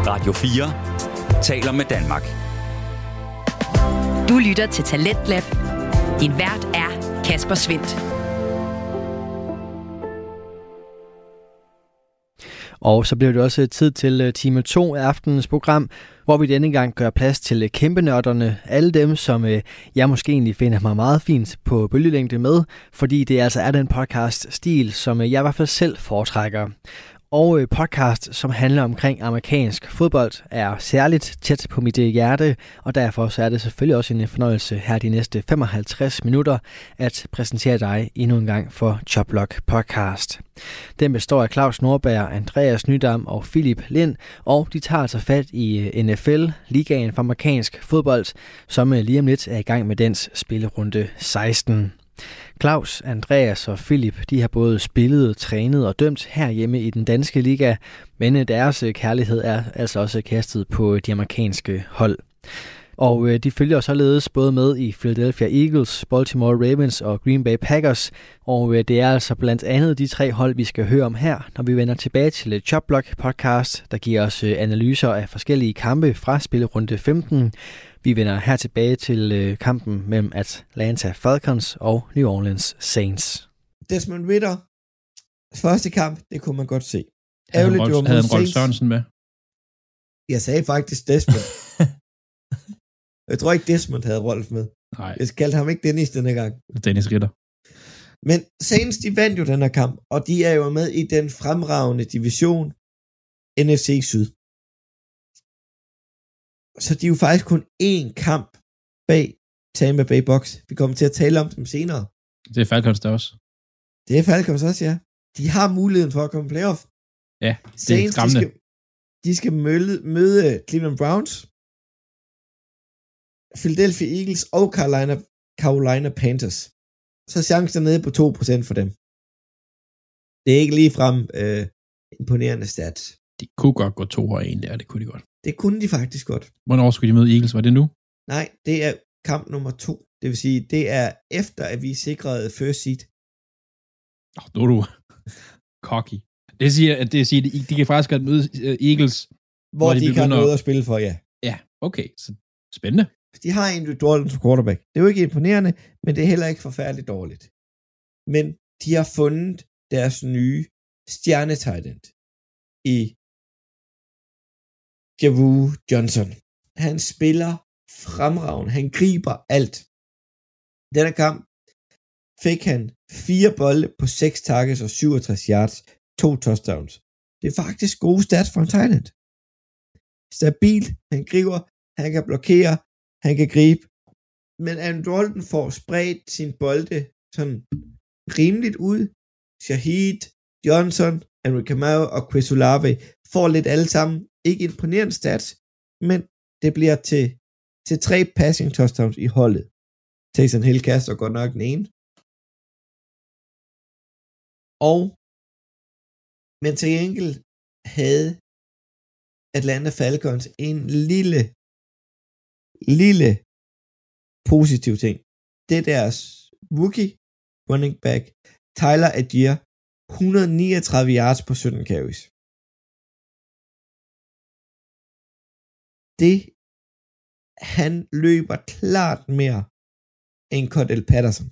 Radio 4 taler med Danmark. Du lytter til Talentlab. Din vært er Kasper Svindt. Og så bliver det også tid til time 2 af aftenens program, hvor vi denne gang gør plads til kæmpenørderne, alle dem, som jeg måske egentlig finder mig meget fint på bølgelængde med, fordi det altså er den podcast-stil, som jeg i hvert fald selv foretrækker. Og podcast, som handler omkring amerikansk fodbold, er særligt tæt på mit hjerte, og derfor så er det selvfølgelig også en fornøjelse her de næste 55 minutter at præsentere dig endnu en gang for Choplock Podcast. Den består af Claus Nordberg, Andreas Nydam og Philip Lind, og de tager altså fat i NFL, ligaen for amerikansk fodbold, som lige om lidt er i gang med dens spillerunde 16. Claus, Andreas og Philip, de har både spillet, trænet og dømt herhjemme i den danske liga, men deres kærlighed er altså også kastet på de amerikanske hold. Og de følger således både med i Philadelphia Eagles, Baltimore Ravens og Green Bay Packers, og det er altså blandt andet de 3 hold, vi skal høre om her, når vi vender tilbage til Choplock Podcast, der giver os analyser af forskellige kampe fra spillerunde 15. Vi vender her tilbage til kampen mellem Atlanta Falcons og New Orleans Saints. Desmond Ridder, første kamp, det kunne man godt se. Havde han Rolf Sørensen med? Jeg sagde faktisk Desmond. Jeg tror ikke Desmond havde Rolf med. Nej. Jeg kaldte ham ikke Dennis denne gang. Dennis Ritter. Men Saints, de vandt jo den her kamp, og de er jo med i den fremragende division NFC Syd. Så de er jo faktisk kun én kamp bag Tampa Bay Bucks. Vi kommer til at tale om dem senere. Det er Falcons der også. Det er Falcons også, ja. De har muligheden for at komme i playoff. Ja, det Saints, er skræmmende. De skal møde Cleveland Browns, Philadelphia Eagles og Carolina Panthers. Så chancen er nede på 2% for dem. Det er ikke ligefrem imponerende stats. De kunne godt gå 2-1 der, det kunne de godt. Det kunne de faktisk godt. Hvornår skulle de møde Eagles? Var det nu? Nej, det er kamp nummer 2. Det vil sige, det er efter, at vi sikrede first seed. Nu er du cocky. Det siger, de kan faktisk godt møde Eagles, hvor de ikke har noget at spille for, ja. Ja, okay. Så spændende. De har en Jordan som quarterback. Det er jo ikke imponerende, men det er heller ikke forfærdeligt dårligt. Men de har fundet deres nye stjerne-tight-end i Javu Johnson. Han spiller fremragende. Han griber alt. Denne kamp fik han 4 bolde på 6 targets og 67 yards, 2 touchdowns. Det er faktisk gode stats for en tight end. Stabil, han griber, han kan blokere, han kan gribe. Men Aaron Dalton får spredt sin bolde sådan rimeligt ud. Shaheed, Johnson, Henry Kamau og Chris Olave får lidt alle sammen. Ikke imponerende stats, men det bliver til 3 passing touchdowns i holdet. Taysom Hill kaster godt nok den ene. Men til enkelt havde Atlanta Falcons en lille positiv ting. Det er deres rookie running back, Tyler Allgeier, 139 yards på 17 carries. Han løber klart mere end Cordell Patterson.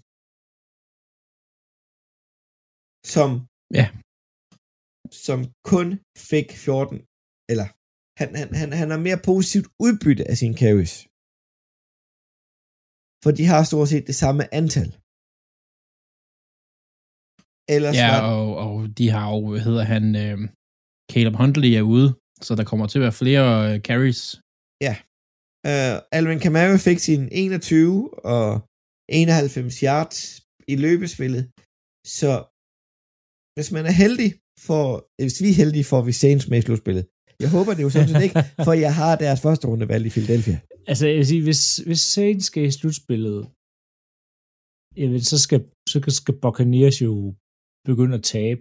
Som kun fik 14, eller han har mere positivt udbytte af sine carries. For de har stort set det samme antal. Ellers og de har jo, Caleb Huntley er ude, så der kommer til at være flere carries. Ja. Alvin Kamara fik sin 21 og 91 yards i løbespillet. Så hvis man er heldig, hvis vi er heldige, får vi Saints med i slutspillet. Jeg håber det jo sådan ikke, for jeg har deres første rundevalg i Philadelphia. Altså, jeg vil sige, hvis Saints skal i slutspillet, jamen, så skal Buccaneers jo begynde at tabe.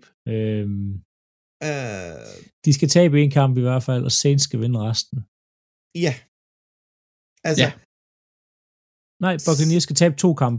De skal tabe en kamp i hvert fald, og Saints skal vinde resten. Ja. Altså. Ja. Nej, Buccaneers skal tabe 2 kampe.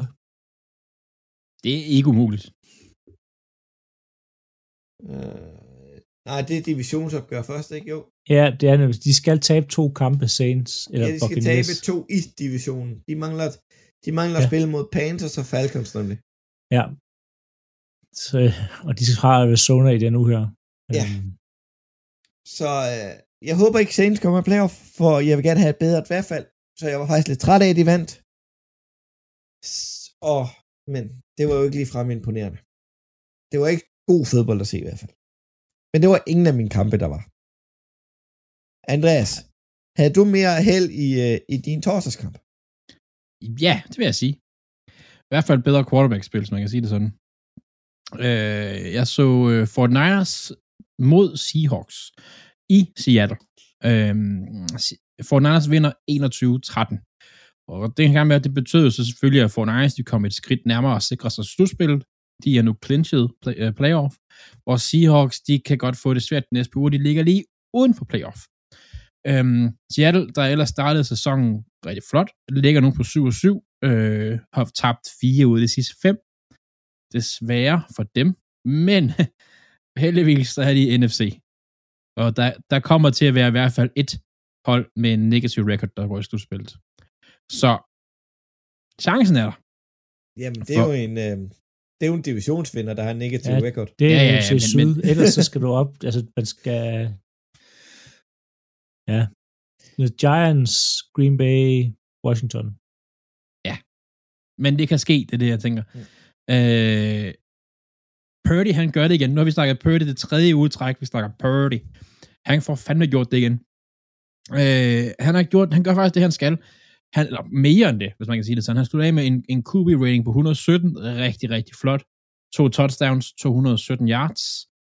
Det er ikke umuligt. Nej, det er divisionsopgør først, ikke? Jo. Ja, det er nemlig. De skal tabe 2 kampe Saints. Eller Ja, de skal tabe 2 i divisionen. De mangler at spille mod Panthers og Falcons, nemlig. Ja. Så, og de har Arizona i den uge her. Ja. Så jeg håber ikke Saints kommer i playoff, for jeg vil gerne have et bedre dværfald. Så jeg var faktisk lidt træt af, at de vandt. Men det var jo ikke ligefrem imponerende. Det var ikke god fodbold at se i hvert fald. Men det var ingen af mine kampe, der var. Andreas, havde du mere held i din torsdagskamp? Ja, det vil jeg sige. I hvert fald bedre quarterback-spil, så man kan sige det sådan. Jeg så 49ers mod Seahawks i Seattle. 49ers vinder 21-13. Og det kan være, at det betød så selvfølgelig, at 49ers de kom et skridt nærmere at sikre sig slutspillet. De er nu clinchet playoff. Og Seahawks, de kan godt få det svært næste uge. De ligger lige uden for playoff. Seattle, der ellers startede sæsonen rigtig flot, ligger nu på 7-7, har tabt 4 ud af de sidste 5. Desværre for dem, men heldigvis så er de NFC. Og der kommer til at være i hvert fald et hold med en negativ record, der går i slutspillet. Så chancen er der. Jamen, det er jo en divisionsvinder, der har en negativ record. Det er jo syd. Ellers så skal du op, altså man skal... Ja. The Giants, Green Bay, Washington. Ja. Men det kan ske, det er det, jeg tænker. Purdy, han gør det igen. Nu har vi snakket Purdy, det 3. udtræk, vi snakker Purdy. Han får fandme gjort det igen. Han gør faktisk det, han skal. Eller mere end det, hvis man kan sige det sådan. Han slutter af med en QB-rating på 117. Rigtig, rigtig flot. 2 touchdowns, 217 yards.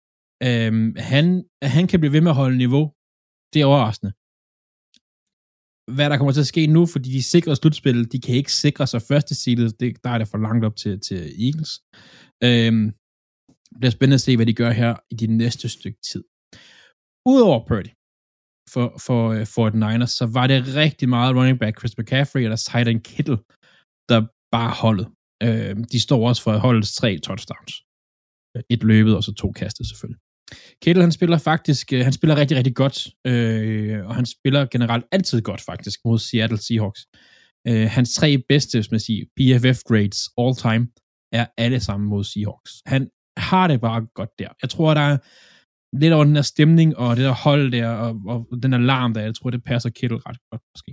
Han kan blive ved med at holde niveau. Det er overraskende. Hvad der kommer til at ske nu, fordi de sikrer slutspillet, de kan ikke sikre sig første seedet, der er det for langt op til Eagles. Det bliver spændende at se, hvad de gør her i de næste stykke tid. Udover Purdy for the Niners, så var det rigtig meget running back Chris McCaffrey eller tight end Kittle, der bare holdet. De står også for at holde 3 touchdowns. 1 løbet, og så 2 kastet selvfølgelig. Kittle, han spiller rigtig, rigtig godt, og han spiller generelt altid godt faktisk mod Seattle Seahawks. Hans 3 bedste, som jeg siger, PFF grades all time, er alle sammen mod Seahawks. Han har det bare godt der. Jeg tror, der er lidt over den der stemning, og det der hold der, og den alarm der, jeg tror, det passer Kittle ret godt måske.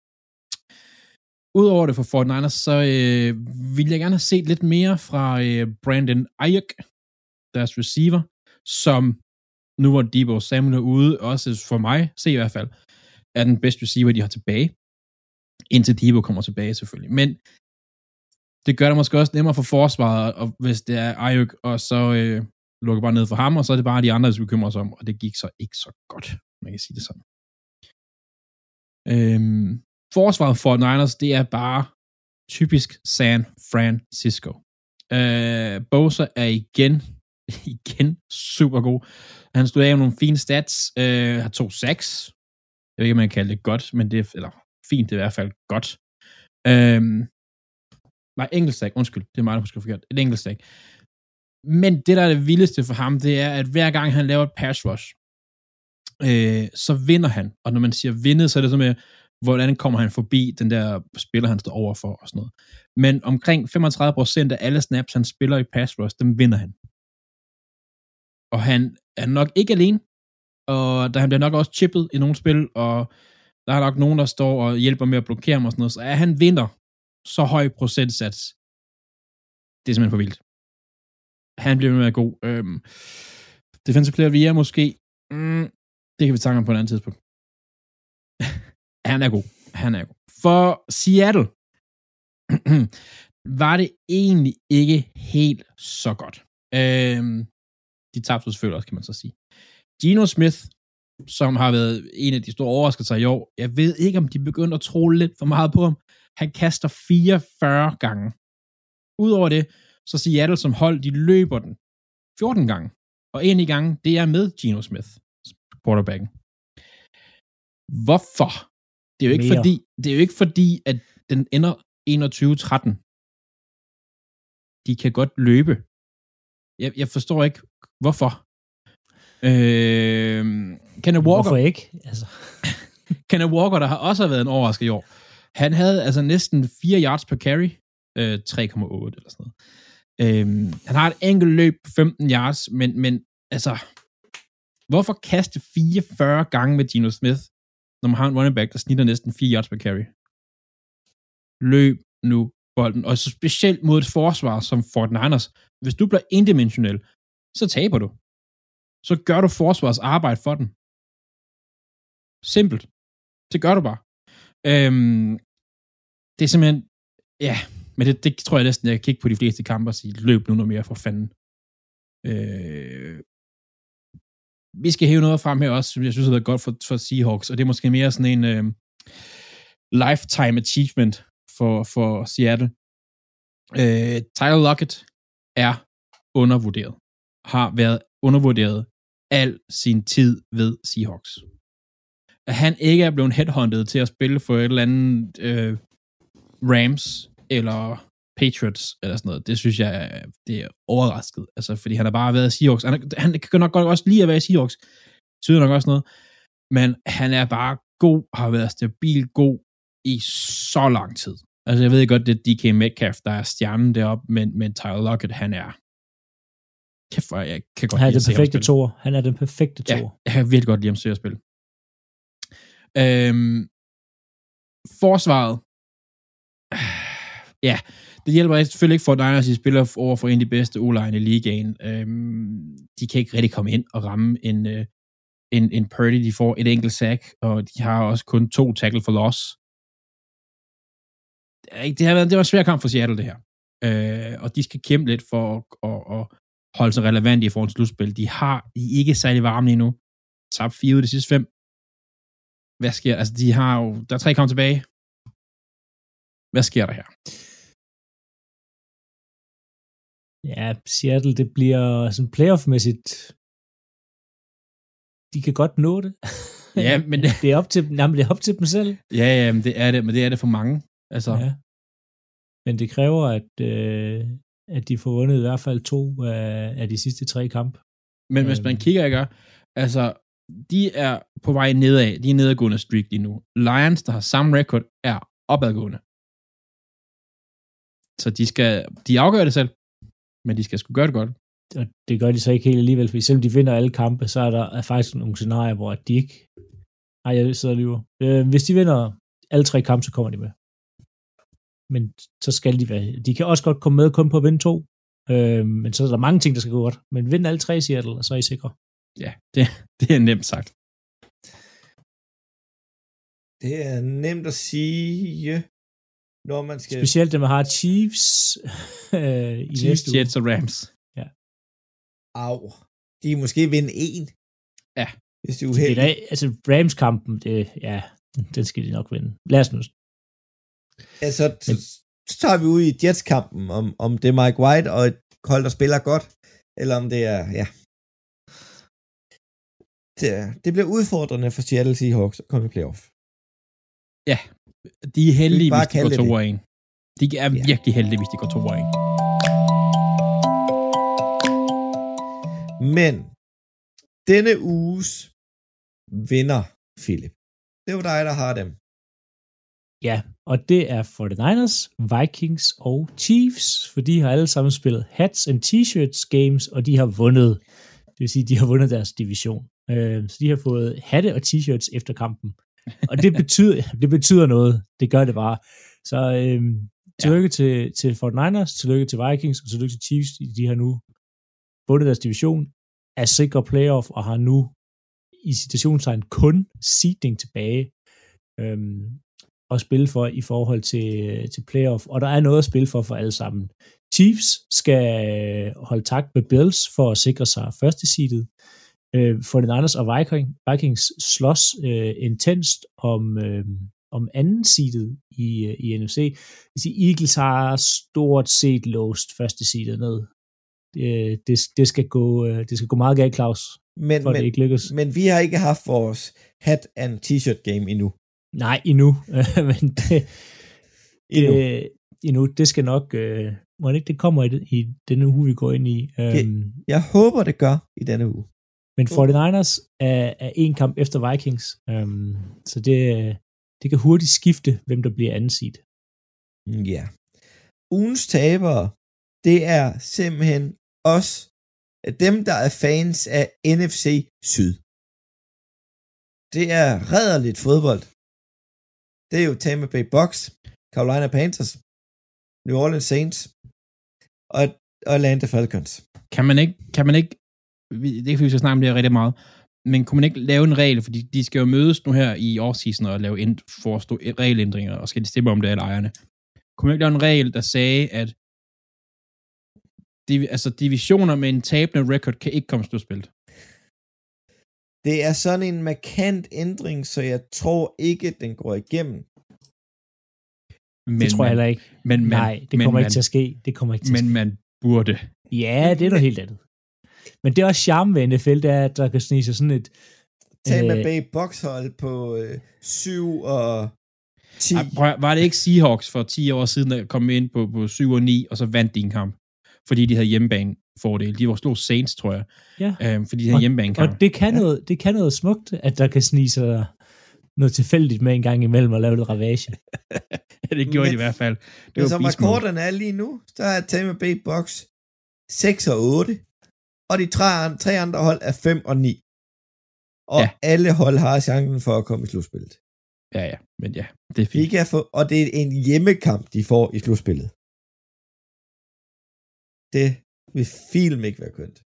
Udover det for 49ers, så vil jeg gerne have set lidt mere fra Brandon Ayuk, deres receiver, som nu hvor Deebo Samuel er ude, også for mig, se i hvert fald, er den bedste receiver, de har tilbage. Indtil Deebo kommer tilbage selvfølgelig. Men det gør det måske også nemmere for forsvaret, og hvis det er Ayuk, og så lukker bare ned for ham, og så er det bare de andre, der skal bekymre sig om, og det gik så ikke så godt, man kan sige det sådan. Forsvaret for Niners, det er bare typisk San Francisco. Bosa er igen super god. Han stod af med nogle fine stats, har 2 sacks. Jeg ved ikke, om man kan kalde det godt, men det er, eller fint, det er i hvert fald godt. Nej, enkeltsack, undskyld, det er mig, der husker forkert. Et enkeltsack. Men det, der er det vildeste for ham, det er, at hver gang han laver et pass rush, så vinder han. Og når man siger vindet, så er det så med, hvordan kommer han forbi den der spiller, han står overfor og sådan noget. Men omkring 35% af alle snaps, han spiller i pass rush, dem vinder han. Og han er nok ikke alene, og han bliver nok også chippet i nogle spil, og der er nok nogen, der står og hjælper med at blokere ham og sådan noget, så han vinder så høj procentsats. Det er simpelthen for vildt. Han bliver med at god. Defensive player vi er måske, det kan vi tanke om på et andet tidspunkt. Han er god. For Seattle var det egentlig ikke helt så godt. De tabte selvfølgelig også, kan man så sige. Geno Smith, som har været en af de store overraskelser i år, jeg ved ikke, om de begynder at tro lidt for meget på ham. Han kaster 44 gange. Udover det, så Seattle som hold, de løber den 14 gange. Og en i gangen, det er med Geno Smith, quarterbacken. Hvorfor? Det er jo ikke fordi, at den ender 21-13. De kan godt løbe. Jeg forstår ikke, hvorfor. Kenneth Walker. Hvorfor ikke? Altså. Kenneth Walker, der har også været en overraskelse i år. Han havde altså næsten 4 yards per carry. 3,8 eller sådan noget. Han har et enkelt løb på 15 yards, men altså, hvorfor kaste 44 gange med Geno Smith, når man har en running back, der snitter næsten 4 yards per carry? Løb nu bolden, og så specielt mod et forsvar som Fort Niners. Hvis du bliver indimensionel, så taber du. Så gør du forsvars arbejde for den. Simpelt. Det gør du bare. Det er simpelthen, ja, men det tror jeg næsten, jeg kan kigge på de fleste kampe og sige, løb nu noget mere for fanden. Vi skal hæve noget frem her også, som jeg synes har været godt for Seahawks, og det er måske mere sådan en lifetime achievement for Seattle. Tyler Lockett er undervurderet. Har været undervurderet al sin tid ved Seahawks. At han ikke er blevet headhunted til at spille for et eller andet Rams eller Patriots eller sådan noget, det synes jeg, det er overrasket. Altså, fordi han har bare været Seahawks. Han kan nok godt også lide at være Seahawks. Det tyder nok også noget. Men han er bare god, har været stabil god i så lang tid. Altså, jeg ved godt, det er DK Metcalf, der er stjernen deroppe, men Tyler Lockett, han er kæft, jeg kan godt lide at se ham spille. Han er den perfekte toer. Ja, jeg kan virkelig godt lide ham se at spille. Forsvaret. Ja, det hjælper selvfølgelig ikke for Niners, de spiller over for en af de bedste O-line i ligaen. De kan ikke rigtig komme ind og ramme en Purdy. De får et enkelt sack, og de har også kun 2 tackle for loss. Det var en svær kamp for Seattle, det her. Og de skal kæmpe lidt for at holde sig relevant i forhold til slutspil. De er ikke særlig varme lige nu. Tabt 4 ud af de sidste 5. Hvad sker der? Altså, der er 3 kampe tilbage. Hvad sker der her? Ja, Seattle, det bliver sådan playoff-mæssigt. De kan godt nå det. Ja, men det er op til dem. Det er op til dem selv. Ja, men det er det. Men det er det for mange. Altså. Ja. Men det kræver, at de får vundet i hvert fald 2 af de sidste 3 kampe. Men hvis man kigger, ikke? Altså, de er på vej nedad. De er nedadgående streak lige nu. Lions, der har samme record, er opadgående. Så de afgør det selv, men de skal sgu gøre det godt. Og det gør de så ikke helt alligevel, for selvom de vinder alle kampe, så er der faktisk nogle scenarier, hvor de ikke... Ej, jeg sidder lige over. Hvis de vinder alle 3 kampe, så kommer de med. Men så skal de være... De kan også godt komme med kun på at vinde 2, men så er der mange ting, der skal gå godt. Men vinde alle 3 i Seattle, og så er I sikre. Ja, det er nemt sagt. Det er nemt at sige... Når man skal... Specielt det, man har Chiefs i Chiefs, Jets og Rams. Ja. Au. De kan måske vinde 1. Ja. Hvis det er uheldigt. Altså, Rams-kampen, den skal de nok vinde. Lad os nu. Altså, så tager vi ud i Jets-kampen, om det er Mike White og et hold, der spiller godt, eller om det er, ja. Det bliver udfordrende for Seattle Seahawks at komme i playoff. Ja. De er heldige, hvis de går 2-1. De er virkelig heldige, hvis de går 2-1. Men denne uges vinder, Philip. Det var dig, der har dem. Ja, og det er 49ers, Vikings og Chiefs, for de har alle sammen spillet hats and t-shirts games, og de har vundet. Det vil sige, de har vundet deres division. Så de har fået hatte og t-shirts efter kampen. Og det betyder noget. Det gør det bare. Så tillykke til 49ers, tillykke til Vikings, og tillykke til Chiefs. De har nu vundet deres division, er sikre playoff, og har nu i situationstegn kun seeding tilbage at spille for i forhold til playoff. Og der er noget at spille for alle sammen. Chiefs skal holde takt med Bills for at sikre sig første seedet. 49ers og Vikings slås intenst om anden seedet i NFC. Eagles har stort set låst første seedet ned. Det skal gå meget galt, Claus, for det ikke lykkes. Men vi har ikke haft vores hat and t-shirt game endnu. Nej, endnu. Men endnu. Det skal nok... må det ikke, det kommer i denne uge, vi går ind i. Jeg håber, det gør i denne uge. Men 49ers er en kamp efter Vikings, så det kan hurtigt skifte, hvem der bliver anden seed. Ja. Ugens tabere, det er simpelthen os, dem, der er fans af NFC Syd. Det er rædderligt fodbold. Det er jo Tampa Bay Bucks, Carolina Panthers, New Orleans Saints og Atlanta Falcons. Kan man ikke, det er fordi, vi skal snakke om det rigtig meget, men kunne man ikke lave en regel, fordi de skal jo mødes nu her i offseason og lave forestå regelændringer, og skal de stemme om det alle ejerne. Kunne man ikke lave en regel, der sagde, at divisioner med en tabende record kan ikke komme slutspillet? Det er sådan en markant ændring, så jeg tror ikke, den går igennem. Det tror jeg heller ikke. Nej, det kommer ikke til at ske. Men man burde. Ja, det er noget helt andet. Men det er også charme ved NFL, det er, at der kan snige sig sådan et... Tampa Bay Bucks-hold på 7 og 10. Var det ikke Seahawks for 10 år siden, der kom ind på 7 og 9, og så vandt de en kamp? Fordi de havde hjemmebane-fordel. De var slået Saints, tror jeg. Ja. Fordi de havde hjemmebane-kamp. Og det kan noget smukt, at der kan snige sig noget tilfældigt med en gang imellem og lave lidt ravage. Det gjorde de i hvert fald. Men som rekorderne er lige nu, så er Tampa Bay Bucks 6 og 8, og de tre andre hold er 5 og 9. Og alle hold har chancen for at komme i slutspillet. Ja, men ja, det er fint. Og det er en hjemmekamp, de får i slutspillet. Det vil film ikke være kønt.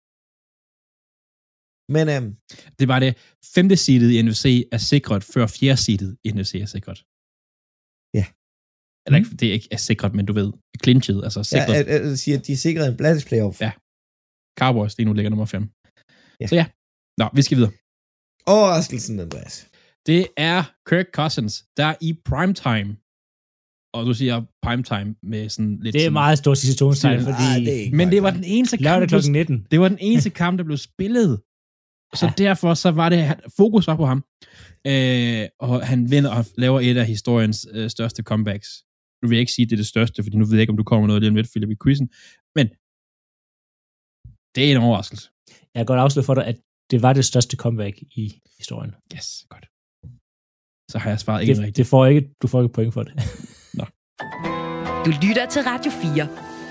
Men det var det 5. seedet i NFC er sikret, før 4. seedet i NFC er sikret. Ja. Eller ikke, det er ikke er sikret, men du ved, clinchet, altså sikret. Ja, jeg siger, at de er sikret en plads playoff. Ja. Cowboys, det er nu ligger nummer 5. Ja. Så ja. Nå, vi skal videre. Overraskelsen, Andreas. Det er Kirk Cousins, der i primetime, og du siger primetime med sådan lidt... Det er meget stort citationstegn, fordi... Men det var den eneste kamp, klokken 19. Det var den eneste kamp, der blev spillet. Så derfor så var det fokus var på ham. Og han vinder og laver et af historiens største comebacks. Nu vil jeg ikke sige, at det er det største, fordi nu ved jeg ikke, om du kommer noget lige om lidt, Philip, i quizzen. Men det er en overraskelse. Jeg kan godt afsløre for dig, at det var det største comeback i historien. Yes, godt. Så har jeg svaret ikke rigtigt. Du får ikke point for det. Nå. Du lytter til Radio 4.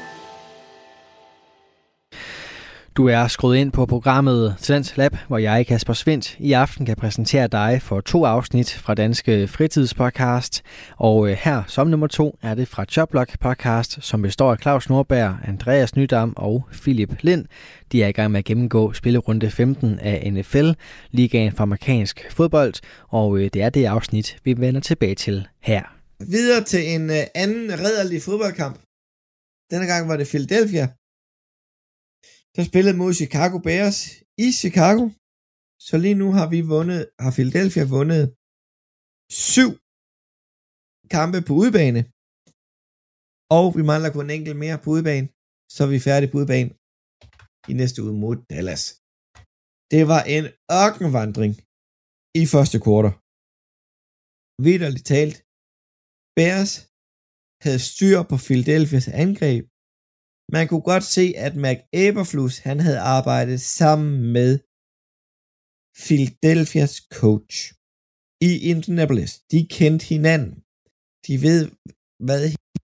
Du er skruet ind på programmet Talents Lab, hvor jeg, Kasper Svindt, i aften kan præsentere dig for 2 afsnit fra Danske Fritidspodcast. Og her som nummer 2 er det fra Jobblock podcast, som består af Claus Nordberg, Andreas Nydam og Philip Lind. De er i gang med at gennemgå spillerunde 15 af NFL, ligaen for amerikansk fodbold, og det er det afsnit, vi vender tilbage til her. Videre til en anden rædderlig fodboldkamp. Denne gang var det Philadelphia, der spillede mod Chicago Bears i Chicago. Så lige nu har Philadelphia vundet 7 kampe på udebane. Og vi mangler kun en enkelt mere på udebane. Så er vi færdige på udebane i næste uge mod Dallas. Det var en ørkenvandring i første kvartal. Vitterligt talt. Bears havde styr på Philadelphias angreb. Man kunne godt se, at Mac Eberflus, han havde arbejdet sammen med Philadelphias coach i Indianapolis. De kendte hinanden. De ved, hvad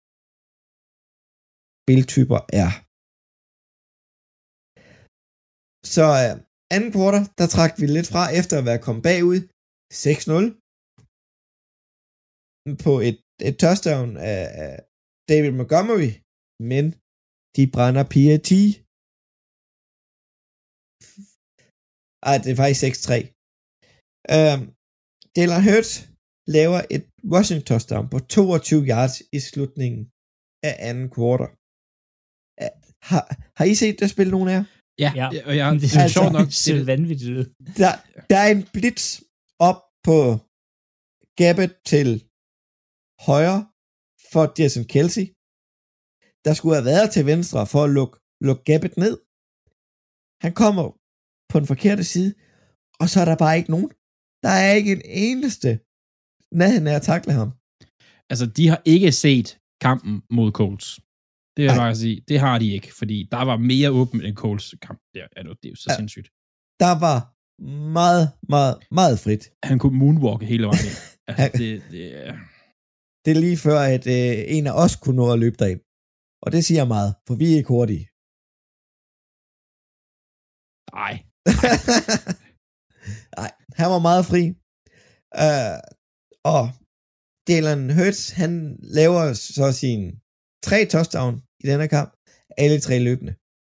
spiltyper er. Så anden kvartal, der trak vi lidt fra, efter at være kommet bagud 6-0 på et touchdown af David Montgomery, men de brænder PAT. Det er faktisk 6-3. Jalen Hurts laver et rushing touchdown på 22 yards i slutningen af anden kvartal. Har I set det spil, nogen af jer? Ja. Det er sjovt nok. Det er vanvittigt. Der er en blitz op på gabet til højre for Jason Kelce. Der skulle have været til venstre for at lukke gabet ned. Han kommer på den forkerte side, og så er der bare ikke nogen. Der er ikke en eneste nærheden af at takle ham. Altså, de har ikke set kampen mod Colts. Det vil jeg bare sige. Det har de ikke, fordi der var mere åbent end Colts kamp. Det er jo så sindssygt. Der var meget, meget, meget frit. Han kunne moonwalke hele vejen ind. Altså, Det er lige før, at en af os kunne nå at løbe derind. Og det siger meget, for vi er ikke hurtige. Nej. Nej, han var meget fri. Og Jalen Hurts, han laver så sine 3 touchdown i denne kamp. Alle 3 løbende.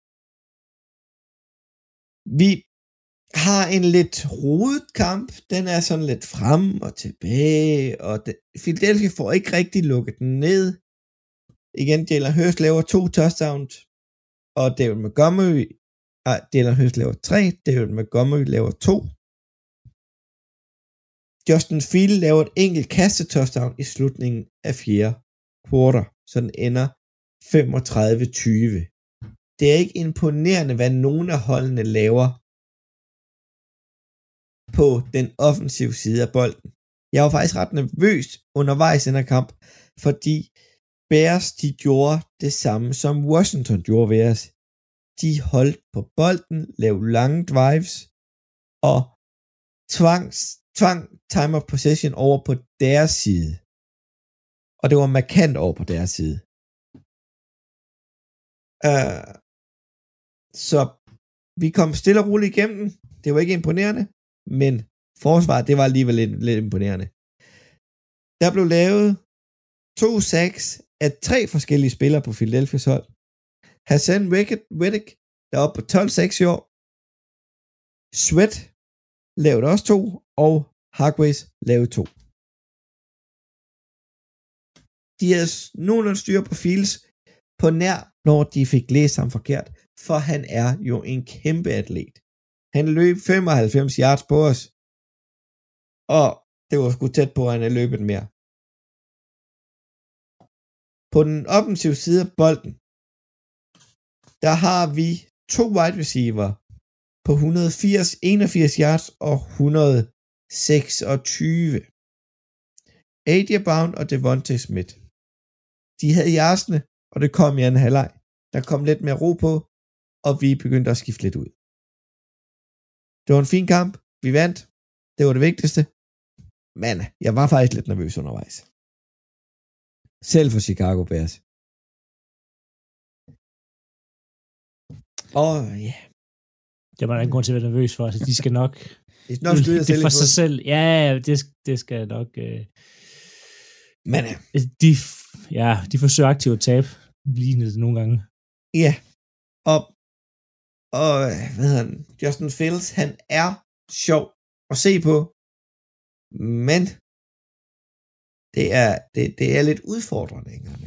Vi har en lidt rodet kamp. Den er sådan lidt frem og tilbage. Og Philadelphia får ikke rigtig lukket den ned. Igen, Jalen Hurts laver 2 touchdowns. Og David Montgomery Jalen Hurts laver 3, David Montgomery laver 2. Justin Field laver et enkelt kastetouchdown i slutningen af 4. quarter, så den ender 35-20. Det er ikke imponerende, hvad nogen af holdene laver på den offensive side af bolden. Jeg var faktisk ret nervøs undervejs i den her kamp, fordi Bears, de gjorde det samme, som Washington gjorde ved os. De holdt på bolden, lavede lange drives, og tvang time of possession over på deres side. Og det var markant over på deres side. Så vi kom stille og roligt igennem. Det var ikke imponerende, men forsvaret, det var alligevel lidt imponerende. Der blev lavet 2 sacks af 3 forskellige spillere på Philadelphia's hold. Hassan Reddick, der er oppe på 12-6 i år. Sweat lavede også 2, og Hargreaves lavede 2. De havde nogenlunde styr på Fields på nær, når de fik læst ham forkert, for han er jo en kæmpe atlet. Han løb 95 yards på os, og det var sgu tæt på, at han havde løbet mere. På den offensive side af bolden, der har vi 2 wide receiver på 81 yards og 126. A.J. Brown og Devontae Smith. De havde yardsene, og det kom i anden halvleg. Der kom lidt mere ro på, og vi begyndte at skifte lidt ud. Det var en fin kamp. Vi vandt. Det var det vigtigste. Men jeg var faktisk lidt nervøs undervejs. Selv for Chicago Bears. Og ja. Det var der ingen grund til at være nervøs for. Altså, de skal nok det for sig selv. Ja, det skal nok... Men de forsøger aktivt at tabe lignende nogle gange. Ja. Og hvad hedder han? Justin Fields, han er sjov at se på. Men det er lidt udfordrende engang.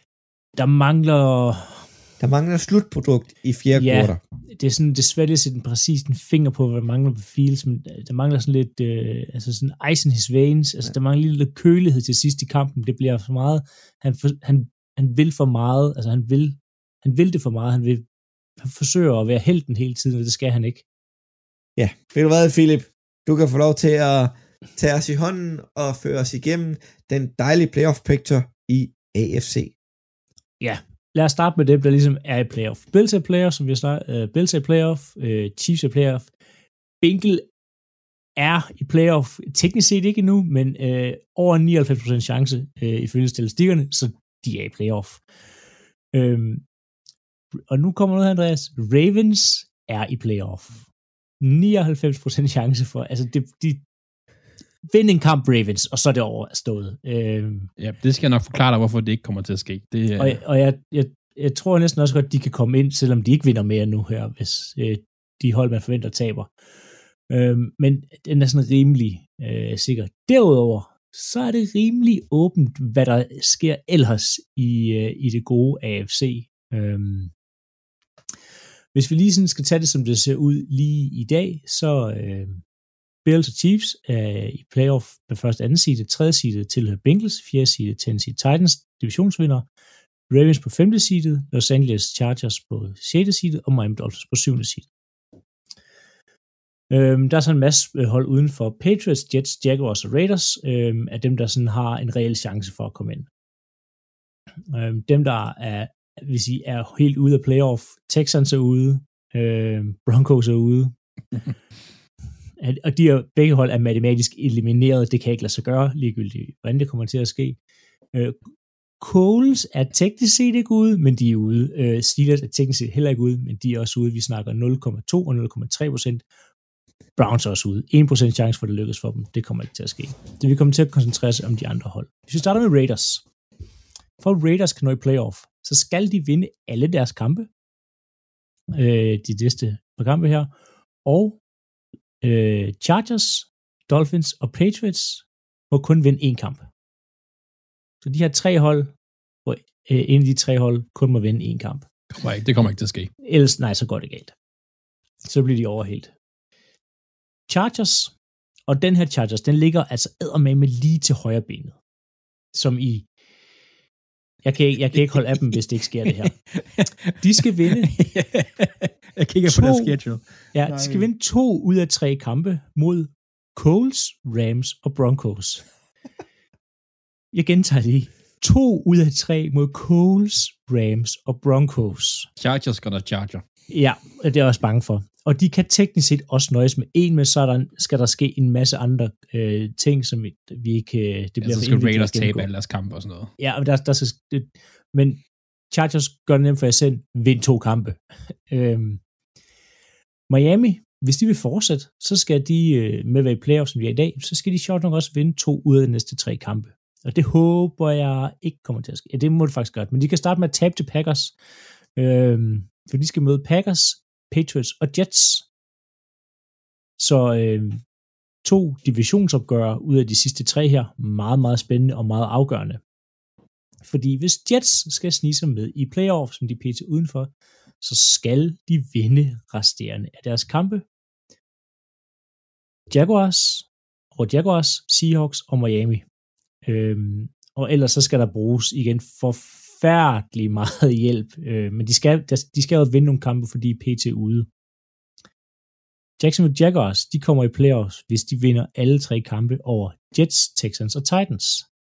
Der mangler slutprodukt i 4. quarter. Det er sådan, det er svært at sætte præcis en finger på, hvad der mangler på Fields, men der mangler sådan lidt, sådan ice in his veins, altså der mangler lidt kølighed til sidst i kampen, det bliver for meget, han vil for meget, altså han vil det for meget, han forsøger at være helten hele tiden, og det skal han ikke. Ja, ved du hvad, Philip? Du kan få lov til at tage os i hånden og føre os igennem den dejlige playoff picture i AFC. Ja, lad os starte med dem, der ligesom er i playoff. Bills er playoff, som vi har snakket. Bills er playoff. Chiefs er playoff. Bengals er i playoff. Teknisk set ikke endnu, men over 99% chance ifølge statistikkerne, så de er i playoff. Og nu kommer noget, Andreas. Ravens er i playoff. 99% chance for, altså de vinde en kamp Ravens, og så er det overstået. Ja, det skal jeg nok forklare dig, hvorfor det ikke kommer til at ske. Og jeg tror næsten også godt, at de kan komme ind, selvom de ikke vinder mere nu her, hvis de hold, man forventer, taber. Men den er sådan rimelig sikker. Derudover, så er det rimelig åbent, hvad der sker ellers i det gode AFC. Hvis vi lige sådan skal tage det, som det ser ud lige i dag, så Bills og Chiefs er i playoff på første og anden side, tredje side tilhører Bengals, fjerde side Tennessee Titans, divisionsvinder, Ravens på femte side, Los Angeles Chargers på sjette side, og Miami Dolphins på syvende side. Der er så en masse hold uden for Patriots, Jets, Jaguars og Raiders, af dem, der sådan har en reel chance for at komme ind. Dem, der er helt ude af playoff, Texans er ude, Broncos er ude, Og de er, begge hold er matematisk elimineret. Det kan ikke lade sig gøre, ligegyldigt hvordan det kommer til at ske. Coles er teknisk set ikke ude, men de er ude. Steelers er teknisk set heller ikke ude, men de er også ude. Vi snakker 0,2 og 0,3%. Browns er også ude. 1% chance for, at det lykkes for dem. Det kommer ikke til at ske. Så vi kommer til at koncentrere os om de andre hold. Hvis vi starter med Raiders. For at Raiders kan nå i playoff, så skal de vinde alle deres kampe. De næste par kampe her. Og Chargers, Dolphins og Patriots må kun vinde én kamp. Så de her 3 hold, hvor en af de 3 hold kun må vinde én kamp. Det kommer ikke til at ske. Ellers, nej, så går det galt. Så bliver de overhældt. Chargers, og den her Chargers, den ligger altså eddermame lige til højre benet. Som i, jeg kan ikke holde af dem, hvis det ikke sker det her. De skal vinde. Jeg kigger på deres schedule. Ja, de skal vinde 2 ud af 3 kampe mod Colts, Rams og Broncos. Jeg gentager lige. 2 ud af 3 mod Colts, Rams og Broncos. Chargers skal der charger. Ja, det er jeg også bange for. Og de kan teknisk set også nøjes med en, men så skal der ske en masse andre ting, som vi ikke... Det bliver så skal Raiders tabe alle deres kampe og sådan noget. Ja, men der skal... Men Chargers gør det nemt for jer selv. Vind 2 kampe. Miami, hvis de vil fortsætte, så skal de med at være i playoff, som de er i dag, så skal de sjovt nok også vinde 2 ud af de næste 3 kampe. Og det håber jeg ikke kommer til at ske. Ja, det må det faktisk gøre. Men de kan starte med at tabe til Packers. For de skal møde Packers, Patriots og Jets. Så 2 divisionsopgør ud af de sidste 3 her. Meget, meget spændende og meget afgørende. Fordi hvis Jets skal snige sig med i playoff, som de pt. Udenfor, så skal de vinde resterende af deres kampe. Jaguars, Seahawks og Miami. Og ellers så skal der bruges igen forfærdelig meget hjælp. Men de skal jo vinde nogle kampe, fordi PT er ude. Jacksonville Jaguars, de kommer i playoffs, hvis de vinder alle 3 kampe over Jets, Texans og Titans.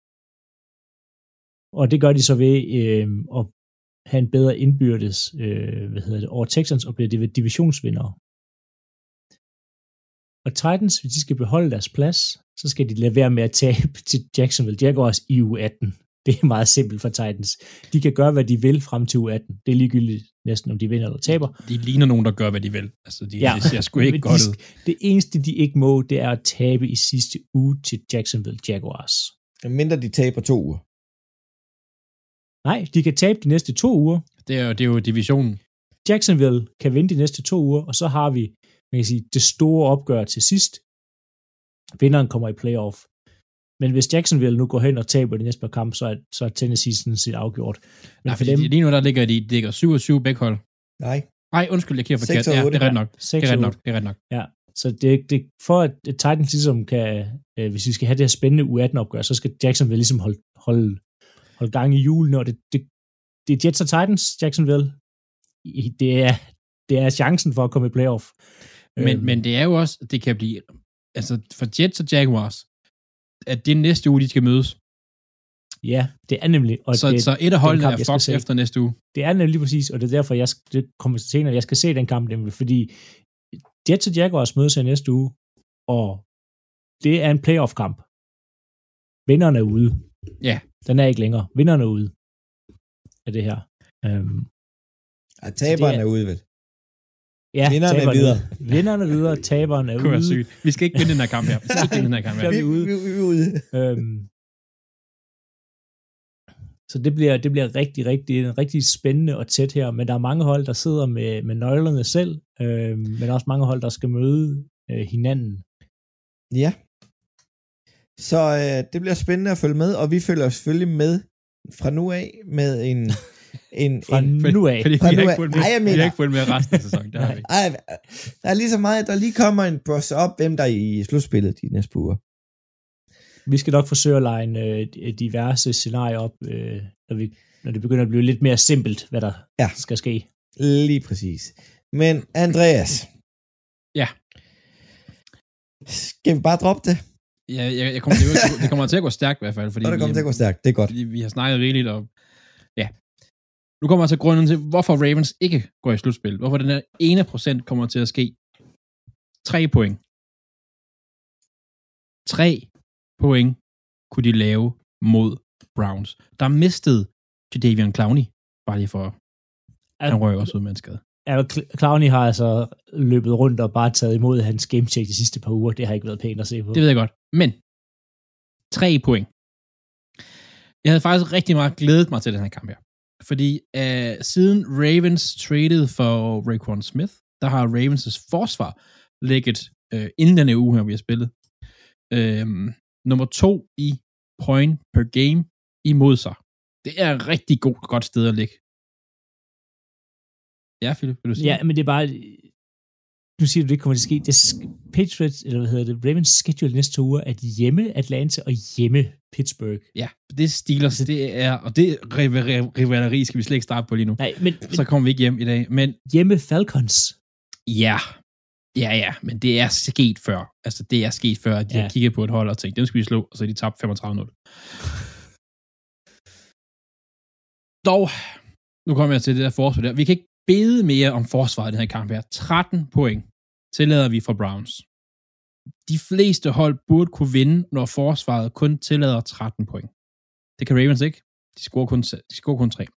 Og det gør de så ved at have en bedre indbyrdes over Texans og bliver divisionsvindere. Og Titans, hvis de skal beholde deres plads, så skal de lade være med at tabe til Jacksonville Jaguars i uge 18. Det er meget simpelt for Titans. De kan gøre, hvad de vil frem til uge 18. Det er ligegyldigt næsten, om de vinder eller taber. De ligner nogen, der gør, hvad de vil. Altså, det ser sgu ikke godt ud. Det eneste, de ikke må, det er at tabe i sidste uge til Jacksonville Jaguars. Mindre de taber 2 uger. Nej, de kan tabe de næste 2 uger. Det er jo divisionen. Jacksonville kan vinde de næste 2 uger, og så har vi det store opgør til sidst. Vinderen kommer i playoff. Men hvis Jacksonville nu går hen og taber de næste par kampe, så er Tennessee sådan set afgjort. Men for dem, lige nu der ligger 7-7 begge hold. Nej, undskyld, jeg kigger forkert. Ja, det er ret nok. Ja, så det for at Titans ligesom kan, hvis vi skal have det her spændende U18-opgør, så skal Jacksonville ligesom holde gang i julen, og det er Jets og Titans, Jacksonville. Det er chancen for at komme i playoff. Men det er jo også, det kan blive, altså for Jets og Jaguars, at det næste uge, de skal mødes. Ja, det er nemlig. Og så et af holdene er Fox efter næste uge. Det er nemlig præcis, og det er derfor, det kommer til senere, jeg skal se den kamp nemlig, fordi Jets og Jaguars mødes her næste uge, og det er en playoff-kamp. Vinderen er ude. Ja. Den er ikke længere. Vinderen er ude af det her. Taberen er ude, vel? Ja, vinderne er videre. Vinderne er videre, taberen er ude. Vi skal ikke vinde den her kamp her. Vi er ude. Så det bliver rigtig spændende og tæt her, men der er mange hold, der sidder med nøglerne selv, men også mange hold, der skal møde hinanden. Ja. Så det bliver spændende at følge med, og vi følger selvfølgelig med fra nu af med en nu af. Fordi vi har ikke fulgt med resten af sæsonen. Det har vi. Der er lige så meget, der lige kommer en brush op, hvem der er i slutspillet de næste uger. Vi skal nok forsøge at lege diverse scenarier op, når det begynder at blive lidt mere simpelt, hvad der skal ske. Lige præcis. Men Andreas. Ja. Skal vi bare droppe det? Ja, det kommer til at gå stærkt i hvert fald. Fordi det kommer til at gå stærkt, det er godt. Vi har snakket rigeligt, og ja. Nu kommer jeg til grunden til, hvorfor Ravens ikke går i slutspil. Hvorfor den her 1% kommer til at ske. 3 point. 3 point kunne de lave mod Browns. Der mistede Jadeveon Clowney, bare lige for, han røg også ud med en skade. Ja, Clowney har altså løbet rundt og bare taget imod hans gamecheck de sidste par uger. Det har ikke været pænt at se på. Det ved jeg godt. Men 3 point. Jeg havde faktisk rigtig meget glædet mig til den her kamp her. Fordi siden Ravens traded for Raekwon Smith, der har Ravens' forsvar ligget inden denne uge her, vi har spillet, nummer 2 i point per game imod sig. Det er et rigtig godt sted at ligge. Ja, Philip, vil du sige? Ja, men det er bare... Nu siger du, det kommer til at ske. Det Patriots, eller hvad hedder det, Ravens schedule næste 2 uger, at hjemme Atlanta og hjemme Pittsburgh. Ja, det er Steelers, det er... Og det rivaleri skal vi slet ikke starte på lige nu. Nej, men... Så kommer vi ikke hjem i dag, men... Hjemme Falcons. Ja, men det er sket før. Altså, det er sket før, at de har kigget på et hold og tænkt, dem skal vi slå, og så er de tabt 35-0. Dog, nu kommer jeg til det der forsvar der. Vi kan ikke bede mere om forsvaret i den her kamp her. 13 point tillader vi for Browns. De fleste hold burde kunne vinde, når forsvaret kun tillader 13 point. Det kan Ravens ikke. De scorer kun 3.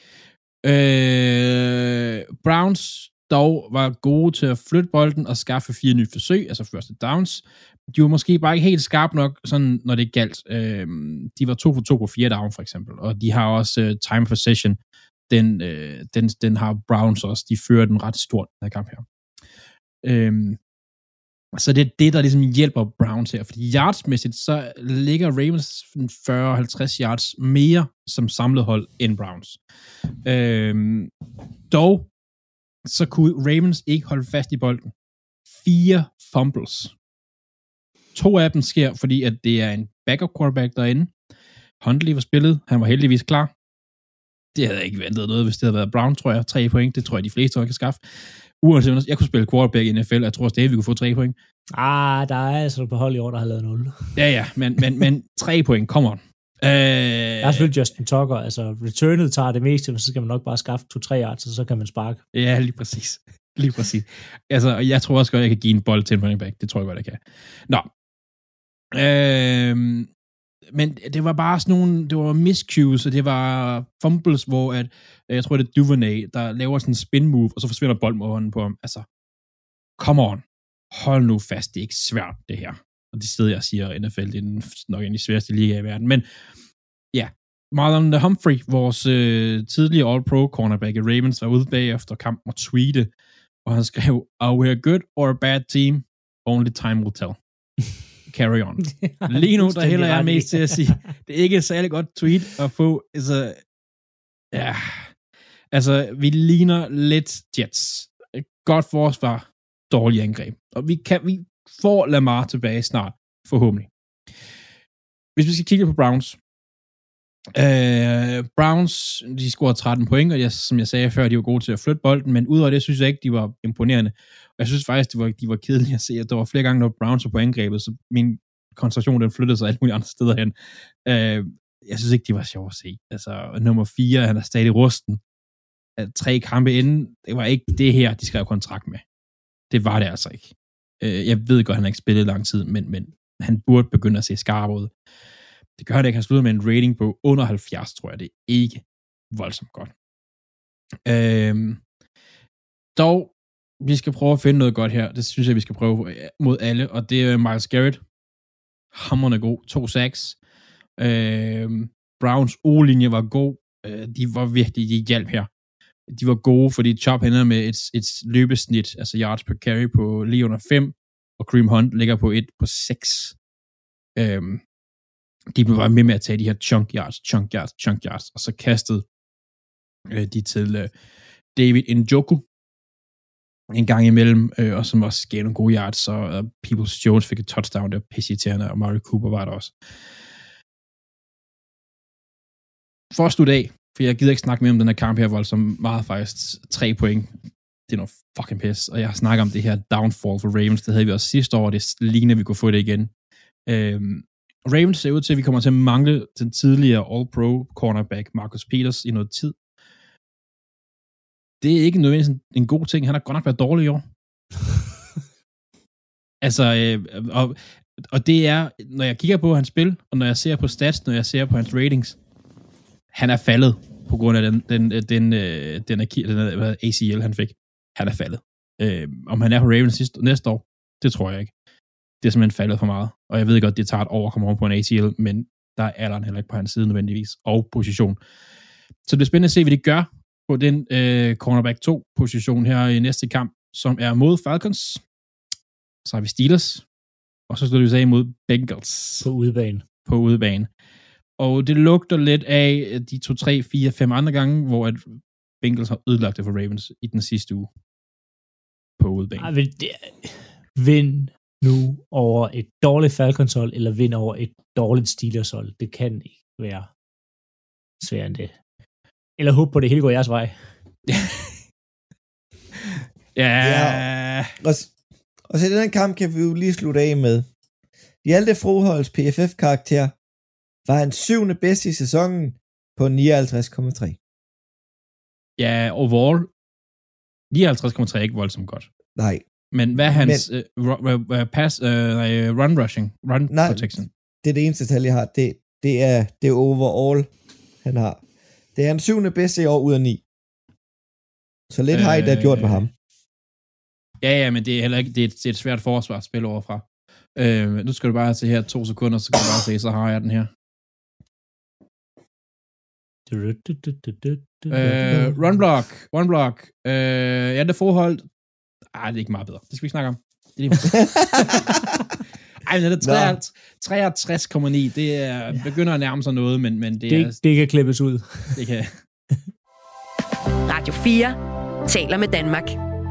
Browns dog var gode til at flytte bolden og skaffe 4 nye forsøg, altså første downs. De var måske bare ikke helt skarpe nok, sådan, når det galt. De var 2 for 2 på 4 down, for eksempel. Og de har også time possession. Den har Browns også. De fører den ret stort, den her kamp her. Så det er det, der ligesom hjælper Browns her. Fordi yardsmæssigt, så ligger Ravens 40-50 yards mere som samlet hold end Browns. Dog så kunne Ravens ikke holde fast i bolden. 4 fumbles. 2 af dem sker, fordi at det er en backup quarterback derinde. Huntley var spillet. Han var heldigvis klar. Det havde jeg ikke ventet noget, hvis det havde været Brown, tror jeg. 3 point, det tror jeg, de fleste kan skaffe. Uanset, jeg kunne spille quarterback i NFL, jeg tror stadig, vi kunne få 3 point. Der er altså på hold i år, der har lavet 0. Ja, men 3 point, come on. Der er selvfølgelig Justin Tucker, altså returnet tager det meste, men så skal man nok bare skaffe 2-3 yards, og så kan man sparke. Ja, lige præcis. Altså, jeg tror også godt, jeg kan give en bold til en running back. Det tror jeg godt, jeg kan. Nå. Men det var bare sådan nogle, det var miscues, og det var fumbles, hvor at, jeg tror, det er Duvernay, der laver sådan en spin move, og så forsvinder bolden over hånden på ham. Altså, come on. Hold nu fast, det er ikke svært, det her. Og det sted, jeg siger, NFL, det er nok en af de sværeste ligaer i verden. Men ja, Marlon Humphrey, vores tidligere All-Pro cornerback i Ravens, var ude bagefter kampen og tweete, og han skrev, "Are we a good or a bad team? Only time will tell." Carry on. Lige nu, der hælder jeg mest til at sige, det er ikke et særlig godt tweet at få, altså, vi ligner lidt Jets. Godt forsvar, dårlig angreb. Og vi får Lamar tilbage snart, forhåbentlig. Hvis vi skal kigge på Browns. Browns, de scorede 13 point, og som jeg sagde før, de var gode til at flytte bolden, men udover det, synes jeg ikke, de var imponerende. Og jeg synes faktisk, de var kedelige at se, at der var flere gange, når Browns var på angrebet, så min koncentration, den flyttede sig alle mulige andre steder hen. Jeg synes ikke, de var sjove at se. Altså, nummer 4, han er stadig rusten. 3 kampe inden, det var ikke det her, de skrev kontrakt med. Det var det altså ikke. Jeg ved godt, han har ikke spillet lang tid, men han burde begynde at se skarp ud. Det gør det ikke. Han slutter med en rating på under 70, tror jeg. Det er ikke voldsomt godt. Dog, vi skal prøve at finde noget godt her. Det synes jeg, vi skal prøve mod alle. Og det er Myles Garrett. Hamrende god. 2 sacks. Browns O-linje var god. De var virkelig, de hjalp her. De var gode, fordi Chop hænder med et løbesnit, altså yards per carry på lige under 5, og Kareem Hunt ligger på 1 på 6. De blev bare med at tage de her chunk yards, og så kastede de til David Njoku en gang imellem, og som også gav nogle gode yards, så Peoples Jones fik et touchdown, der pisseirriterende, og Mari Cooper var der også. For at slutte af, for jeg gider ikke snakke mere om den her kamp her, som meget faktisk 3 point. Det er noget fucking pis, og jeg har snakket om det her downfall for Ravens, det havde vi også sidste år, og det ligner, vi kunne få det igen. Ravens ser ud til, at vi kommer til at mangle den tidligere All-Pro cornerback Marcus Peters i noget tid. Det er ikke nødvendigvis en god ting. Han har godt nok været dårlig i år. Altså, og Og det er, når jeg kigger på hans spil, og når jeg ser på stats, når jeg ser på hans ratings, han er faldet på grund af den ACL, han fik. Han er faldet. Om han er på Ravens næste år, det tror jeg ikke. Det er simpelthen faldet for meget. Og jeg ved godt, det tager et år at komme over på en ACL, men der er alderen heller ikke på hans side nødvendigvis, og position. Så det er spændende at se, hvad de gør på den cornerback 2-position her i næste kamp, som er mod Falcons. Så har vi Steelers, og så står vi så imod Bengals. På udebane. Og det lugter lidt af de 2, 3, 4, 5 andre gange, hvor at Bengals har ødelagt det for Ravens i den sidste uge. På udebane. Vind nu over et dårligt Falcons-hold, eller vind over et dårligt Steelers-hold. Det kan ikke være sværere end det. Eller håbe på det hele går jeres vej. Ja. Og så i den kamp kan vi jo lige slutte af med. Hjalte Froholds PFF-karakter var hans 7. bedste i sæsonen på 59,3. Ja, overall 59,3 er ikke voldsomt godt. Nej. Men hvad er hans run protection? Det er det eneste tal, jeg har. Det er overall, han har. Det er hans 7. bedste i år ud af 9. Så lidt har I da gjort med ham. Ja, men det er heller ikke, det er et svært forsvar at spille overfra. Nu skal du bare se her 2 sekunder, så kan du bare se, så har jeg den her. Run block. Ja, det forhold. Det er ikke meget bedre. Det skal vi ikke snakke om. Det er lige men det er 63,9. Det er, begynder at nærme sig noget, men det kan klippes ud. Det kan. Radio 4 taler med Danmark.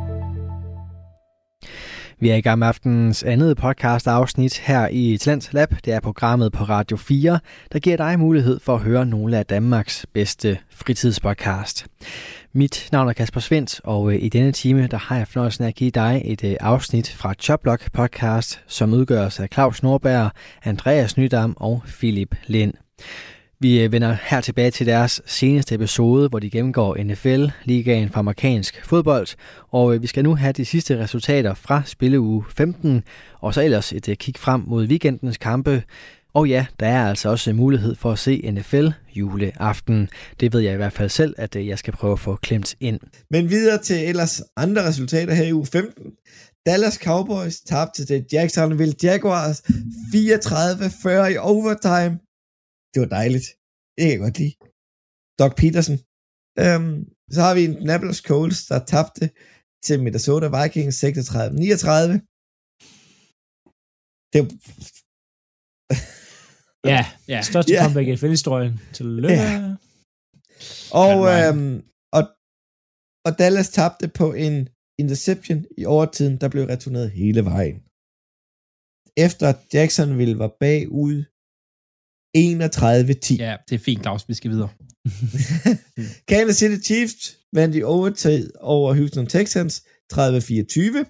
Vi er i gang med aftenens andet podcast-afsnit her i Talent Lab. Det er programmet på Radio 4, der giver dig mulighed for at høre nogle af Danmarks bedste fritidspodcast. Mit navn er Kasper Svendt, og i denne time der har jeg fornøjelsen af at give dig et afsnit fra Choplock podcast, som udgøres af Claus Norberg, Andreas Nydam og Philip Lind. Vi vender her tilbage til deres seneste episode, hvor de gennemgår NFL-ligaen for amerikansk fodbold, og vi skal nu have de sidste resultater fra spilleuge 15, og så ellers et kig frem mod weekendens kampe. Og ja, der er altså også mulighed for at se NFL juleaften. Det ved jeg i hvert fald selv, at jeg skal prøve at få klemt ind. Men videre til ellers andre resultater her i uge 15. Dallas Cowboys tabte til Jacksonville Jaguars 34-40 i overtime. Det var dejligt. Det kan jeg godt lide. Doug Peterson. Så har vi Indianapolis Colts, der tabte til Minnesota Vikings 36-39. Det var... ja. Største comeback i NFL-historien. Tillykke. Ja. Og Dallas tabte på en interception i overtiden, der blev returneret hele vejen. Efter Jacksonville var bagud 31-10. Ja, det er fint, Claus. Vi skal videre. Kansas City Chiefs vandt i overtid over Houston Texans 30-24.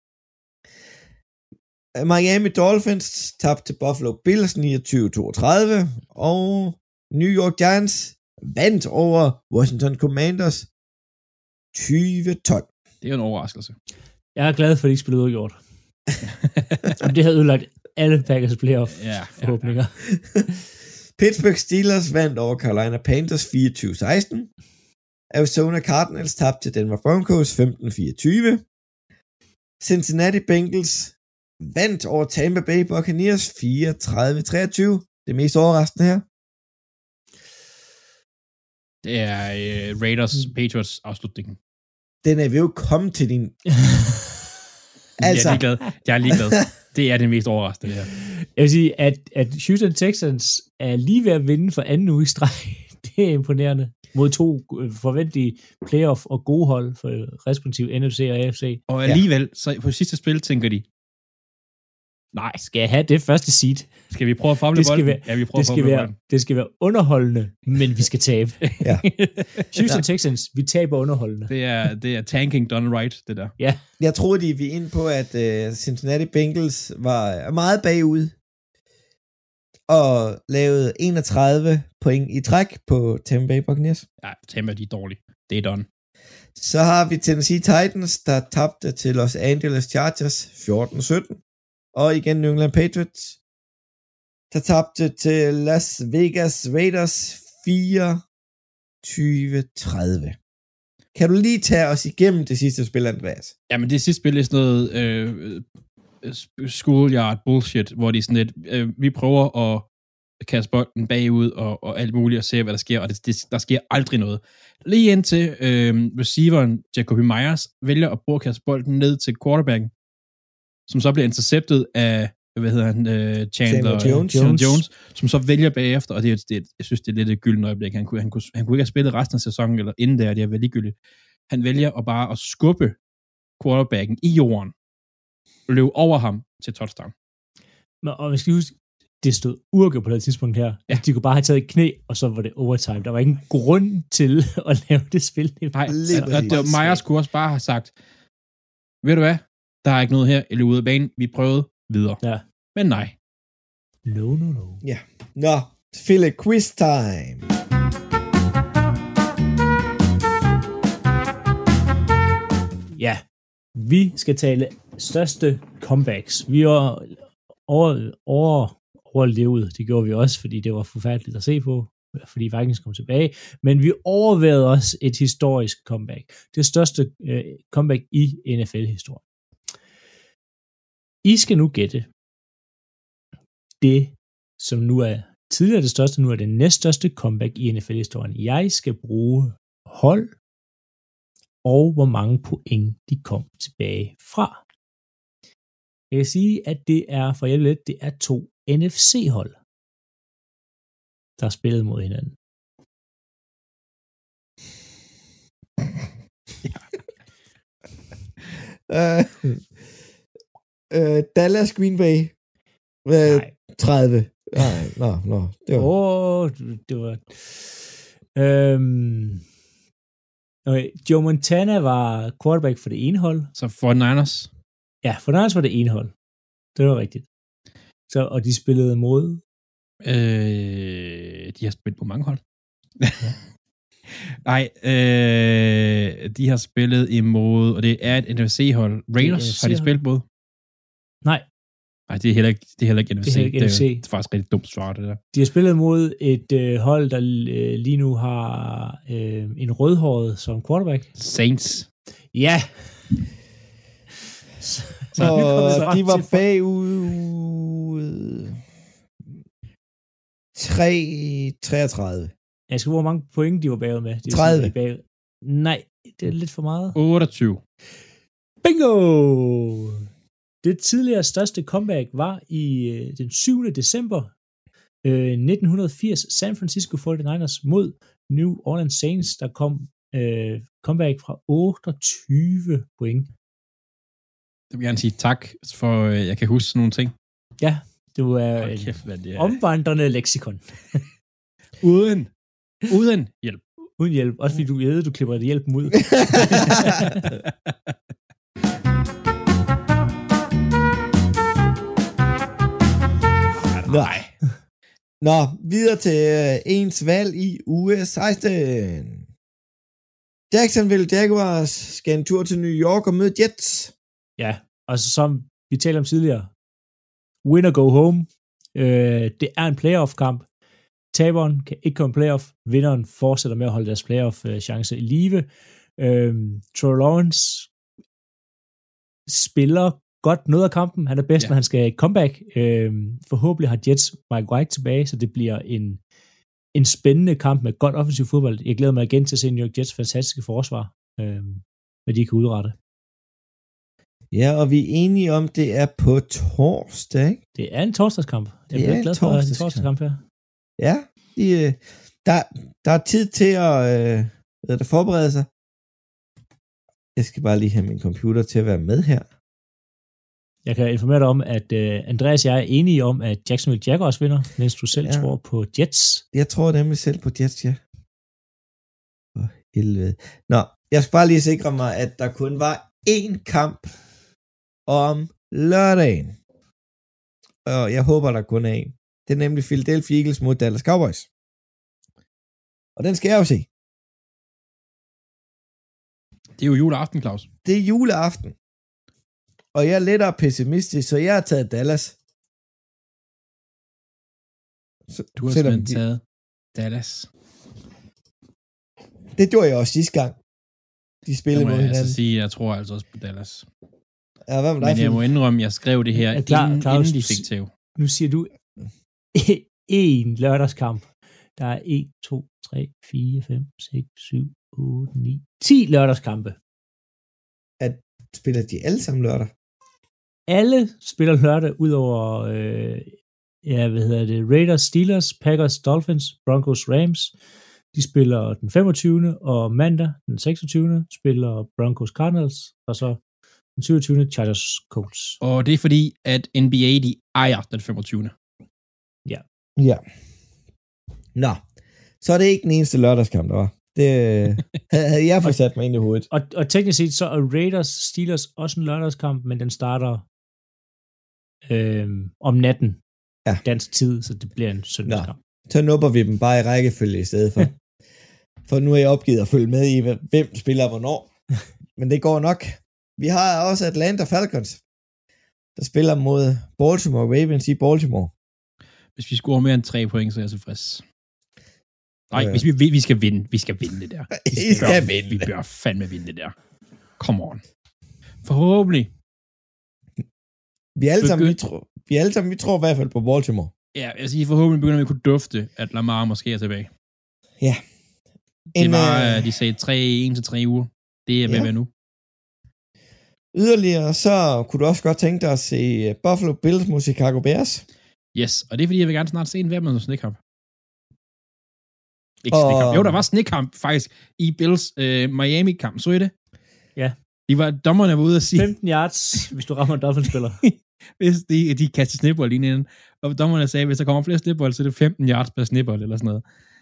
Miami Dolphins tabte til Buffalo Bills 29-32. Og New York Giants vandt over Washington Commanders 20-12. Det er jo en overraskelse. Jeg er glad for, at de ikke spillede udgjort. Det havde ødelagt alle Packers playoff forhåbninger. Pittsburgh Steelers vandt over Carolina Panthers 24-16. Arizona Cardinals tabte til Denver Broncos 15-24. Cincinnati Bengals vandt over Tampa Bay Buccaneers 34-23. Det mest overraskende her. Det er Raiders Patriots afslutningen. Den er vi jo kommet til din... Altså. Jeg er ligeglad. Det er det mest overraskende, det her. Jeg vil sige, at Houston Texans er lige ved at vinde for anden uge i streg. Det er imponerende. Mod 2 forventelige playoff og gode hold for respektive NFC og AFC. Og alligevel, så på sidste spil tænker de, nej, skal jeg have det første seed? Skal vi prøve at famle bolden? Det skal være underholdende, men vi skal tabe. Ja. Houston Texans, vi taber underholdende. Det er tanking done right, det der. Ja. Jeg troede, de var inde på, at Cincinnati Bengals var meget bagud og lavede 31 point i træk på Tampa Bay Buccaneers. Ja, Tampa de er dårlige. Det er done. Så har vi Tennessee Titans, der tabte til Los Angeles Chargers 14-17. og igen New England Patriots, der tabte til Las Vegas Raiders 24-30. Kan du lige tage os igennem det sidste spil, Andreas? Jamen, det sidste spil er sådan noget schoolyard bullshit, hvor de sådan lidt, vi prøver at kaste bolden bagud og alt muligt og se, hvad der sker, og der sker aldrig noget. Lige indtil receiveren Jacoby Myers vælger at prøve at kaste bolden ned til quarterbacken, som så bliver interceptet af, Chandler Jones, som så vælger bagefter, og jeg synes, det er lidt et gyldent øjeblik. Han kunne ikke have spillet resten af sæsonen, eller inden der, det er vel ligegyldigt. Han vælger at skubbe quarterbacken i jorden, og løbe over ham til touchdown. Og vi skal huske, det stod uafgjort på det tidspunkt her. Ja. De kunne bare have taget et knæ, og så var det overtime. Der var ingen grund til at lave det spil. Nej, og Myers kunne også bare have sagt, ved du hvad, der er ikke noget her, eller ude af banen, vi prøvede videre. Ja. Men nej. No. Ja. Nå, Philip, quiz time. Ja, vi skal tale største comebacks. Vi har overlevet, det gjorde vi også, fordi det var forfærdeligt at se på, fordi Vikings kom tilbage, men vi overvejede også et historisk comeback. Det største comeback i NFL-historien. I skal nu gætte det, som nu er tidligere det største, nu er det næststørste comeback i NFL-historien. Jeg skal bruge hold, og hvor mange point de kom tilbage fra. Jeg kan sige, at det er, for hjælp lidt, det er 2 NFC-hold, der har spillet mod hinanden. Dallas Green Bay. 30. Nå. Det var... det var... Okay. Joe Montana var quarterback for det ene hold. Så for Niners? Ja, for Niners var det ene hold. Det var rigtigt. Så, og de spillede mod? De har spillet på mange hold. Ja. Nej, de har spillet imod, og det er et NFC-hold. Raiders har de spillet mod? Nej, det er heller ikke NFC. Det er faktisk rigtig dumt svar, det der. De har spillet mod et hold, der lige nu har en rødhåret som quarterback. Saints. Ja. Så de var bagud 33. Jeg skal hvor mange point de var bagud med. De 30. Bagud. Nej, det er lidt for meget. 28. Bingo! Det tidligere største comeback var i den 7. december 1980 San Francisco 49ers mod New Orleans Saints, der kom comeback fra 28 point. Jeg vil gerne sige tak, for jeg kan huske sådan nogle ting. Ja, det var omvandrende leksikon. Uden hjælp. Uden hjælp. Også fordi du klipper hjælpen ud. Nej. Nå, videre til ens valg i uge 16. Jacksonville Jaguars skal en tur til New York og møde Jets. Ja, og som vi talte om tidligere, win or go home. Det er en playoff-kamp. Taberen kan ikke komme playoff. Vinderen fortsætter med at holde deres playoff-chance i live. Trevor Lawrence spiller godt noget af kampen. Han er bedst, når han skal comeback. Forhåbentlig har Jets Mike White tilbage, så det bliver en spændende kamp med godt offensiv fodbold. Jeg glæder mig igen til at se New York Jets fantastiske forsvar, hvad de kan udrette. Ja, og vi er enige om, det er på torsdag, ikke? Det er en torsdagskamp. Jeg bliver glad for en torsdagskamp her. Ja, der er tid til at forberede sig. Jeg skal bare lige have min computer til at være med her. Jeg kan informere dig om, at Andreas og jeg er enige om, at Jacksonville Jaguars vinder, mens du selv tror på Jets. Jeg tror nemlig selv på Jets, ja. For helvede. Nå, jeg skal bare lige sikre mig, at der kun var én kamp om lørdagen. Og jeg håber, der kun er én. Det er nemlig Philadelphia Eagles mod Dallas Cowboys. Og den skal jeg jo se. Det er jo juleaften, Claus. Det er juleaften. Og jeg er lettere pessimistisk, så jeg har taget Dallas. Du har simpelthen taget Dallas. Det gjorde jeg også sidste gang. De spillede mod hinanden. Altså sige, jeg tror altså også på Dallas. Ja, hvad med dig, men jeg må indrømme, jeg skrev det her, inden de fik tæv. Nu siger du en lørdagskamp. Der er 1, 2, 3, 4, 5, 6, 7, 8, 9, 10 lørdagskampe. At spiller de alle sammen lørdag? Alle spiller lørdag, udover Raiders, Steelers, Packers, Dolphins, Broncos, Rams. De spiller den 25. og mandag den 26. spiller Broncos, Cardinals, og så den 27. Chargers, Colts. Og det er fordi, at NBA, de ejer den 25. Ja. Ja. Nå, så er det ikke den eneste lørdagskamp, der var. Det havde jeg fået sat mig ind i hovedet. Og teknisk set, så er Raiders, Steelers også en lørdagskamp, men den starter om natten. Ja. Dansk tid, så det bliver en søndagskamp. Så nupper vi dem bare i rækkefølge i stedet for. For nu er jeg opgivet at følge med i, hvem spiller hvornår. Men det går nok. Vi har også Atlanta Falcons, der spiller mod Baltimore Ravens i Baltimore. Hvis vi scorer mere end 3 point, så er jeg tilfreds. Nej, hvis vi skal vinde. Vi skal vinde det der. Vi bør fandme vinde det der. Come on. Forhåbentlig. Vi tror i hvert fald på Baltimore. Ja, jeg siger, forhåbentlig begynder vi at kunne dufte, at Lamar måske er tilbage. Ja. Det var, de sagde 1 til 3 uger. Det er hvad nu. Yderligere, så kunne du også godt tænke dig at se Buffalo Bills mod Chicago Bears. Yes, og det er fordi, jeg vil gerne snart se en hver med noget snekamp. Ikke snekamp. Jo, der var snekamp faktisk i Bills Miami-kamp. Så I det? Ja. Dommerne var ude at sige... 15 yards, hvis du rammer en Dolphins-spiller. Hvis de kaster snibbold lige inden. Og dommerne sagde, hvis der kommer flere snibbold, så er det 15 yards per snibbold eller sådan noget.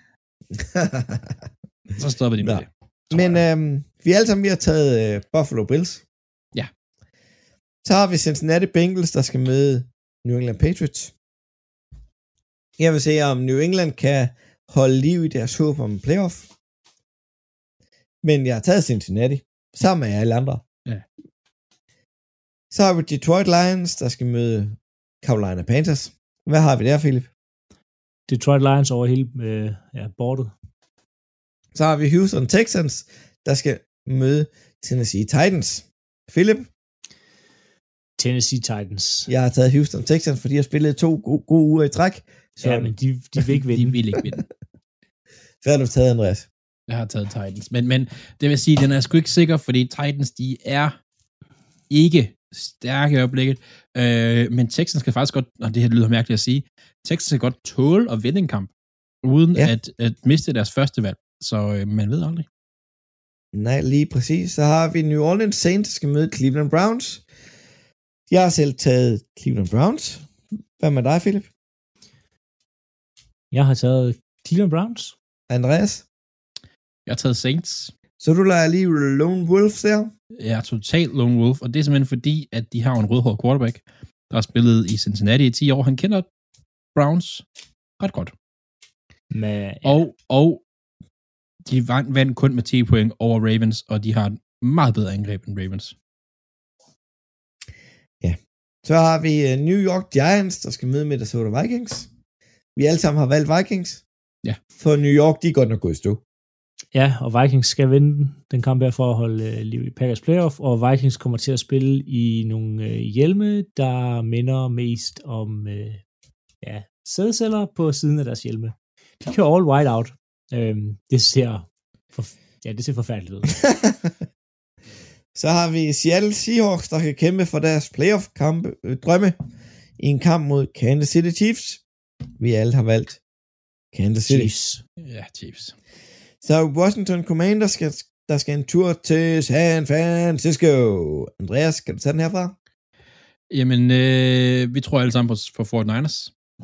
Så stopper de med det. Men vi alle sammen, vi har taget Buffalo Bills. Ja. Så har vi Cincinnati Bengals, der skal møde New England Patriots. Jeg vil se, om New England kan holde liv i deres håb om playoff. Men jeg har taget Cincinnati, sammen med alle andre. Ja. Så har vi Detroit Lions, der skal møde Carolina Panthers. Hvad har vi der, Philip? Detroit Lions over hele bordet. Så har vi Houston Texans, der skal møde Tennessee Titans. Philip? Tennessee Titans. Jeg har taget Houston Texans, fordi jeg spillede 2 gode uger i træk. Så ja, men de vil ikke vinde. De vil ikke vinde. Hvad har du taget, Andreas? Jeg har taget Titans. Men det vil sige, den er sgu ikke sikker, fordi Titans, de er ikke stærke i øjeblikket. Men Texans kan faktisk godt, og det her lyder mærkeligt at sige, Texans kan godt tåle at vinde en kamp, uden at miste deres første valg. Så man ved aldrig. Nej, lige præcis. Så har vi New Orleans Saints, der skal møde Cleveland Browns. Jeg har selv taget Cleveland Browns. Hvad med dig, Philip? Jeg har taget Cleveland Browns. Andreas? Jeg har taget Saints. Så du lader lige Lone Wolf der? Jeg er totalt Lone Wolf, og det er simpelthen fordi, at de har en rødhåret quarterback, der har spillet i Cincinnati i 10 år. Han kender Browns ret godt. Og de vandt kun med 10 point over Ravens, og de har et meget bedre angreb end Ravens. Ja. Så har vi New York Giants, der skal møde Minnesota Vikings. Vi alle sammen har valgt Vikings. Ja. For New York, de er godt nok gået i stå. Ja, og Vikings skal vinde den kamp her for at holde liv i Packers playoff, og Vikings kommer til at spille i nogle hjelme, der minder mest om sædceller på siden af deres hjelme. De kører all white out. Det ser forfærdeligt ud. Så har vi Seattle Seahawks, der kan kæmpe for deres playoff-kamp drømme i en kamp mod Kansas City Chiefs. Vi alle har valgt Kansas City. Chiefs. Ja, Chiefs. Så Washington Commanders, der skal en tur til San Francisco. Andreas, kan du tage den herfra? Jamen, vi tror alle sammen på 49ers.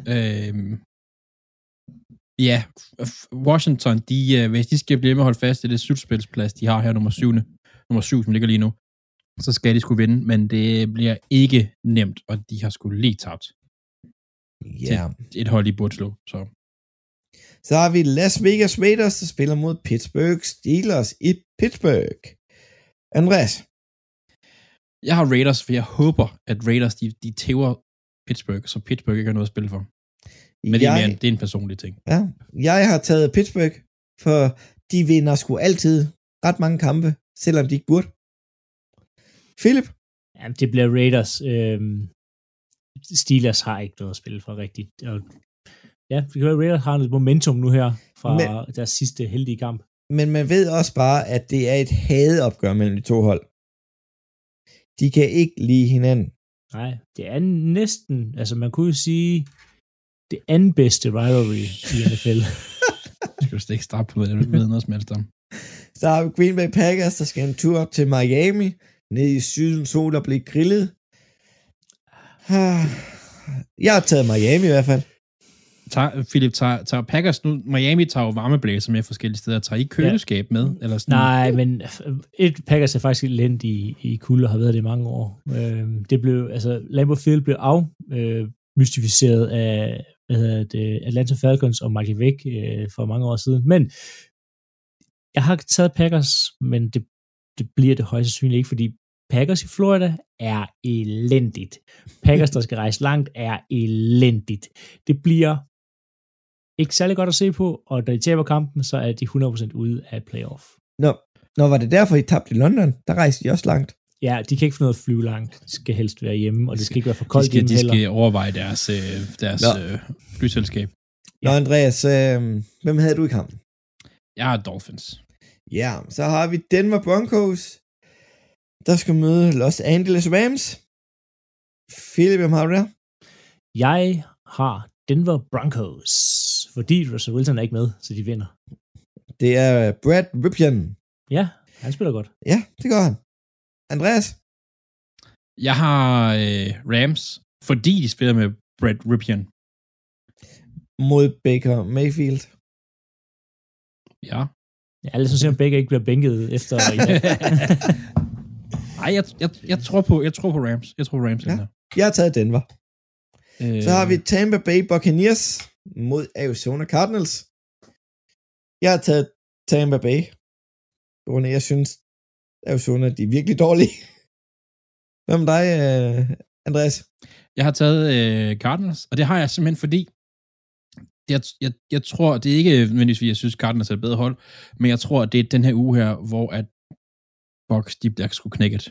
Ja, Washington, hvis de skal blive med at holde fast i det slutspilsplads, de har her nummer 7, som ligger lige nu, så skal de sgu vinde, men det bliver ikke nemt, og de har sgu lige tabt. Ja. Et hold i Buffalo, så. Så har vi Las Vegas Raiders, der spiller mod Pittsburgh Steelers i Pittsburgh. Andreas? Jeg har Raiders, for jeg håber, at Raiders, de tæver Pittsburgh, så Pittsburgh ikke har noget at spille for. Men det er en personlig ting. Ja, jeg har taget Pittsburgh, for de vinder sgu altid ret mange kampe, selvom de ikke burde. Philip? Ja, det bliver Raiders. Steelers har ikke noget at spille for rigtigt. Og ja, det kan være, Raiders har noget momentum nu her fra deres sidste heldige kamp. Men man ved også bare, at det er et hadeopgør mellem de to hold. De kan ikke lide hinanden. Nej, det er næsten, altså man kunne jo sige, det anden bedste rivalry i NFL. Jeg skal jo ikke starte på, jeg ved noget som helst om. Så har vi Green Bay Packers, der skal en tur op til Miami, ned i syden sol og blive grillet. Jeg har taget Miami i hvert fald. Philip, tager Packers nu, Miami tager jo varmeblæser med forskellige steder, tager I køleskab med? Eller sådan? Nej, men Packers er faktisk elendige i kulde og har været det i mange år. Det blev, altså Lambeau Field blev mystificeret af Atlanta Falcons og Michael Vick for mange år siden. Men jeg har taget Packers, men det bliver det højst sandsynligt ikke, fordi Packers i Florida er elendigt. Packers, der skal rejse langt, er elendigt. Det bliver ikke særlig godt at se på, og da de taber kampen, så er de 100% ude af playoff. Nå, var det derfor, I tabte i London? Der rejste de også langt. Ja, de kan ikke få noget at flyve langt. De skal helst være hjemme, og det skal ikke være for koldt hjemme heller. De skal overveje deres flyselskab. Nå, Andreas, hvem havde du i kampen? Jeg har Dolphins. Ja, så har vi Denver Broncos, der skal møde Los Angeles Rams. Philip, hvem har du der? Jeg har Denver Broncos, fordi Russell Wilson er ikke med, så de vinder. Det er Brad Rypien. Ja, han spiller godt. Ja, det gør han. Andreas? Jeg har Rams, fordi de spiller med Brad Rypien. Mod Baker Mayfield. Ja. Jeg er lidt sådan, at Baker ikke bliver bænket efter. Nej, jeg tror på Rams. Jeg tror på Rams. Ja. Jeg har taget Denver. Så har vi Tampa Bay Buccaneers mod Arizona Cardinals. Jeg har taget Tampa Bay. Jeg synes, Arizona, de er virkelig dårlige. Hvad med dig, Andreas? Jeg har taget Cardinals, og det har jeg simpelthen fordi, jeg tror, det er ikke nødvendigvis, jeg synes, Cardinals er et bedre hold, men jeg tror, at det er den her uge her, hvor at Bucs, de bliver sgu knækket.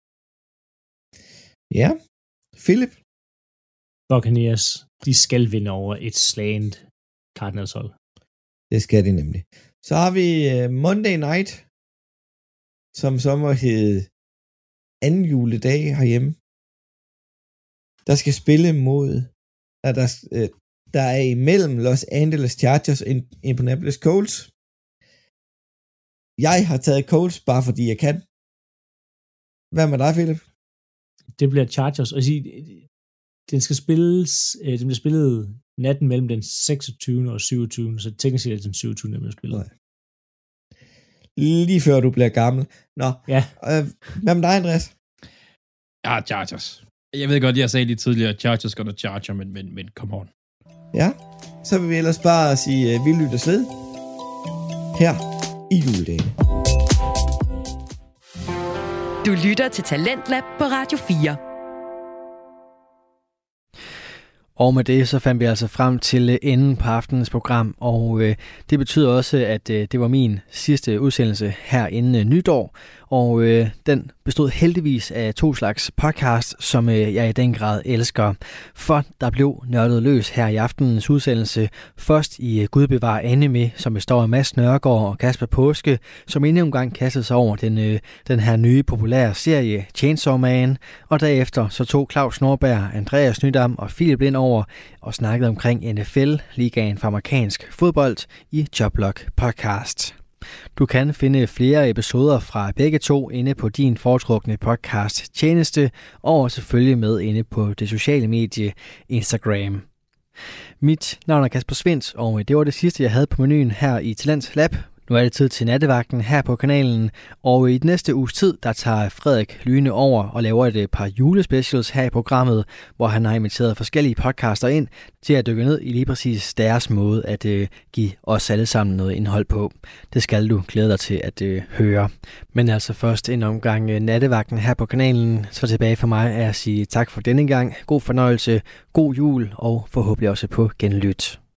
Ja. Philip? Buccaneers, de skal vinde over et slagent Cardinals hold. Det skal de nemlig. Så har vi Monday Night, som så må hedde anden juledag herhjemme. Der skal spille mod, der er imellem Los Angeles Chargers og Indianapolis Colts. Jeg har taget Colts, bare fordi jeg kan. Hvad med dig, Philip? Det bliver Chargers. Og den bliver spillet natten mellem den 26. og 27. Så teknisk set er den 27. der bliver spillet. Lige før du bliver gammel. Nå, ja. Hvad med dig, Andreas? Ja, Chargers. Jeg ved godt, jeg sagde lige tidligere, Chargers går til Charger, men come on. Ja, så vil vi ellers bare sige, vi lytter ved her i juledagen. Du lytter til Talentlab på Radio 4. Og med det så fandt vi altså frem til enden på aftenens program, og det betyder også, at det var min sidste udsendelse her inden nytår, og den bestod heldigvis af 2 slags podcast, som jeg i den grad elsker. For der blev nørdet løs her i aftenens udsendelse, først i Gud bevar anime, som består af Mads Nørgaard og Kasper Påske, som endnu en gang kastede sig over den her nye populære serie Chainsaw Man, og derefter så tog Claus Norberg, Andreas Nydam og Philip Lind over og snakkede omkring NFL, ligaen for amerikansk fodbold, i Jobblock podcast. Du kan finde flere episoder fra begge to inde på din foretrukne podcast tjeneste, og selvfølgelig med inde på det sociale medie Instagram. Mit navn er Kasper Svindt, og det var det sidste, jeg havde på menuen her i Talent Lab. Nu er det tid til nattevagten her på kanalen, og i den næste uges tid, der tager Frederik Lyne over og laver et par julespecials her i programmet, hvor han har inviteret forskellige podcaster ind til at dykke ned i lige præcis deres måde at give os alle sammen noget indhold på. Det skal du glæde dig til at høre. Men altså først en omgang nattevagten her på kanalen, så tilbage for mig er at sige tak for denne gang. God fornøjelse, god jul og forhåbentlig også på genlyt.